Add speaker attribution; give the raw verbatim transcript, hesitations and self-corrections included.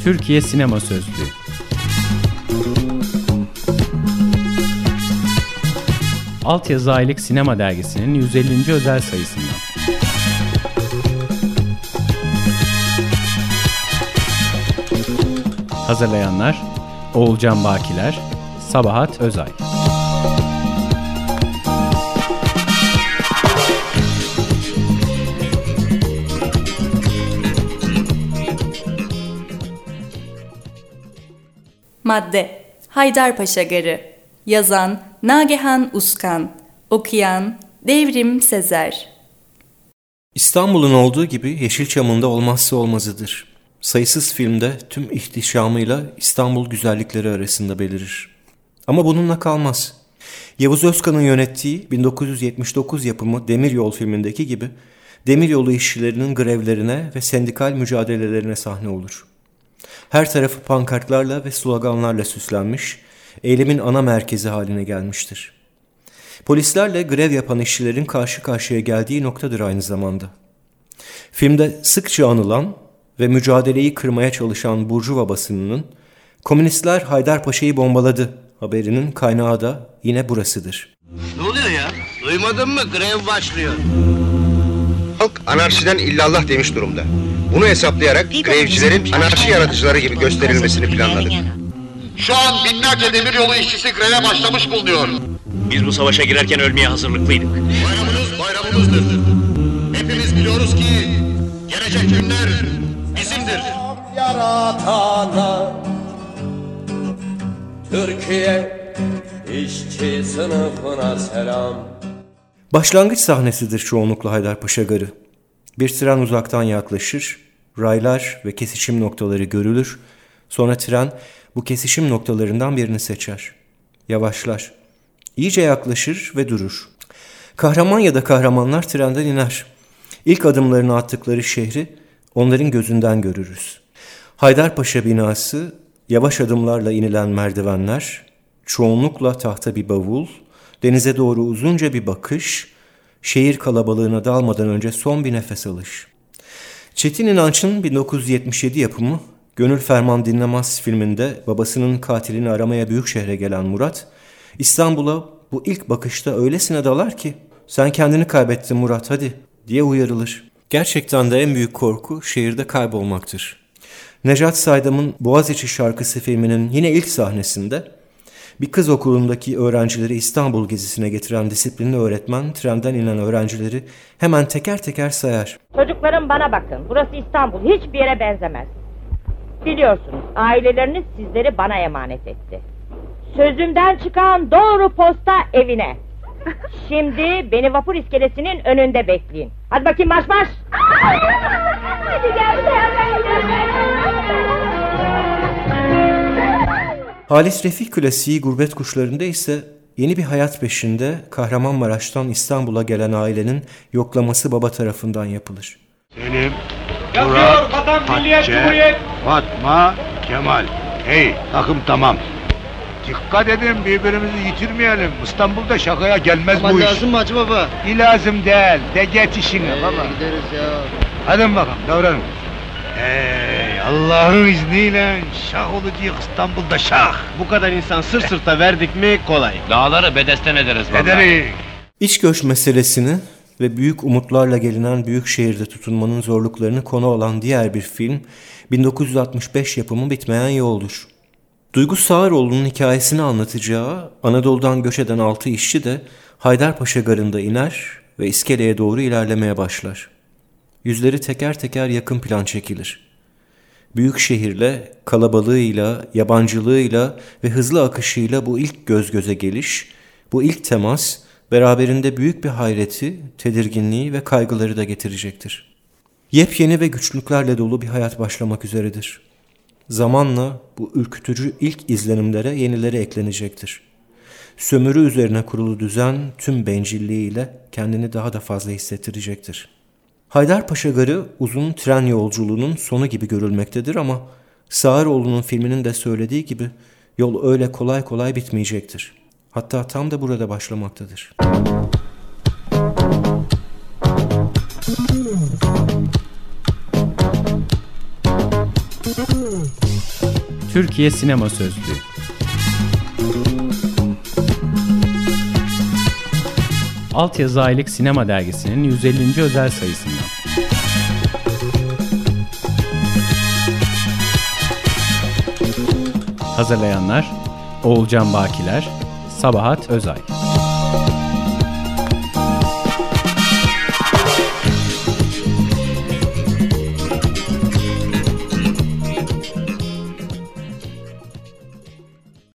Speaker 1: Türkiye Sinema Sözlüğü. Altyazı Aylık Sinema Dergisi'nin yüz ellinci özel sayısından. Hazırlayanlar Oğulcan Bakiler, Sabahat Özay.
Speaker 2: Madde Haydarpaşa Garı. Yazan Nagihan Uskan. Okuyan Devrim Sezer.
Speaker 3: İstanbul'un olduğu gibi Yeşilçam'ın da olmazsa olmazıdır. Sayısız filmde tüm ihtişamıyla İstanbul güzellikleri arasında belirir. Ama bununla kalmaz. Yavuz Özkan'ın yönettiği bin dokuz yüz yetmiş dokuz yapımı Demiryol filmindeki gibi demiryolu işçilerinin grevlerine ve sendikal mücadelelerine sahne olur. Her tarafı pankartlarla ve sloganlarla süslenmiş, eylemin ana merkezi haline gelmiştir. Polislerle grev yapan işçilerin karşı karşıya geldiği noktadır aynı zamanda. Filmde sıkça anılan ve mücadeleyi kırmaya çalışan Burjuva basınının "Komünistler Haydarpaşa'yı bombaladı" haberinin kaynağı da yine burasıdır.
Speaker 4: Ne oluyor ya? Duymadın mı? Grev başlıyor.
Speaker 5: Halk anarşiden illallah demiş durumda. Bunu hesaplayarak grevcilerin anarşi yaratıcıları gibi gösterilmesini planladık.
Speaker 6: Şu an binlerce demiryolu işçisi greve başlamış bulunuyor.
Speaker 7: Biz bu savaşa girerken ölmeye hazırlıklıydık.
Speaker 6: Bayramınız bayramımızdır. Hepimiz biliyoruz ki gelecek günler bizimdir.
Speaker 8: Yaratana Türkiye işçi sınıfına selam.
Speaker 3: Başlangıç sahnesidir çoğunlukla Haydarpaşa Garı. Bir tren uzaktan yaklaşır, raylar ve kesişim noktaları görülür, sonra tren bu kesişim noktalarından birini seçer. Yavaşlar, iyice yaklaşır ve durur. Kahraman ya da kahramanlar trenden iner. İlk adımlarını attıkları şehri onların gözünden görürüz. Haydarpaşa binası, yavaş adımlarla inilen merdivenler, çoğunlukla tahta bir bavul, denize doğru uzunca bir bakış, şehir kalabalığına dalmadan önce son bir nefes alış. Çetin İnanç'ın bin dokuz yüz yetmiş yedi yapımı Gönül Ferman Dinlemez filminde babasının katilini aramaya büyük şehre gelen Murat, İstanbul'a bu ilk bakışta öylesine dalar ki "Sen kendini kaybettin Murat, hadi" diye uyarılır. Gerçekten de en büyük korku şehirde kaybolmaktır. Necat Saydam'ın Boğaziçi Şarkısı filminin yine ilk sahnesinde bir kız okulundaki öğrencileri İstanbul gezisine getiren disiplinli öğretmen trenden inen öğrencileri hemen teker teker sayar.
Speaker 9: Çocuklarım bana bakın, burası İstanbul, hiçbir yere benzemez. Biliyorsunuz, aileleriniz sizleri bana emanet etti. Sözümden çıkan doğru posta evine. Şimdi beni vapur iskelesinin önünde bekleyin. Hadi bakayım, marş marş! Hadi gel, gel, gel.
Speaker 3: Halis Refik klasiği Gurbet Kuşları'nda ise yeni bir hayat peşinde Kahramanmaraş'tan İstanbul'a gelen ailenin yoklaması baba tarafından yapılır.
Speaker 10: Selim, Murat, Hatice, Fatma, Kemal. Hey, takım tamam. Dikkat edin, birbirimizi yitirmeyelim. İstanbul'da şakaya gelmez
Speaker 4: Aman
Speaker 10: bu iş.
Speaker 4: lazım mı Hacı Baba?
Speaker 10: İlazım değil, de get işine
Speaker 4: Ee,
Speaker 10: baba.
Speaker 4: Gideriz ya.
Speaker 10: Hadi bakalım, davranın. Hey, Allah'ın izniyle şah olacak İstanbul'da şah.
Speaker 7: Bu kadar insan sırt sırta verdik mi kolay. Dağları bedesten ederiz vallahi.
Speaker 10: Ederiz.
Speaker 3: İç göç meselesini ve büyük umutlarla gelinen büyük şehirde tutunmanın zorluklarını konu alan diğer bir film bin dokuz yüz altmış beş yapımı Bitmeyen Yoldur. Duygu Sağaroğlu'nun hikayesini anlatacağı Anadolu'dan göç eden altı işçi de Haydarpaşa Garı'nda iner ve iskeleye doğru ilerlemeye başlar. Yüzleri teker teker yakın plan çekilir. Büyük şehirle, kalabalığıyla, yabancılığıyla ve hızlı akışıyla bu ilk göz göze geliş, bu ilk temas beraberinde büyük bir hayreti, tedirginliği ve kaygıları da getirecektir. Yepyeni ve güçlüklerle dolu bir hayat başlamak üzeredir. Zamanla bu ürkütücü ilk izlenimlere yenileri eklenecektir. Sömürü üzerine kurulu düzen tüm bencilliğiyle kendini daha da fazla hissettirecektir. Haydarpaşa Garı uzun tren yolculuğunun sonu gibi görülmektedir ama Sağaroğlu'nun filminin de söylediği gibi yol öyle kolay kolay bitmeyecektir. Hatta tam da burada başlamaktadır.
Speaker 1: Türkiye Sinema Sözlüğü. Altyazı Aylık Sinema Dergisi'nin yüz ellinci özel sayısından. Hazırlayanlar Oğulcan Bakiler, Sabahat Özay.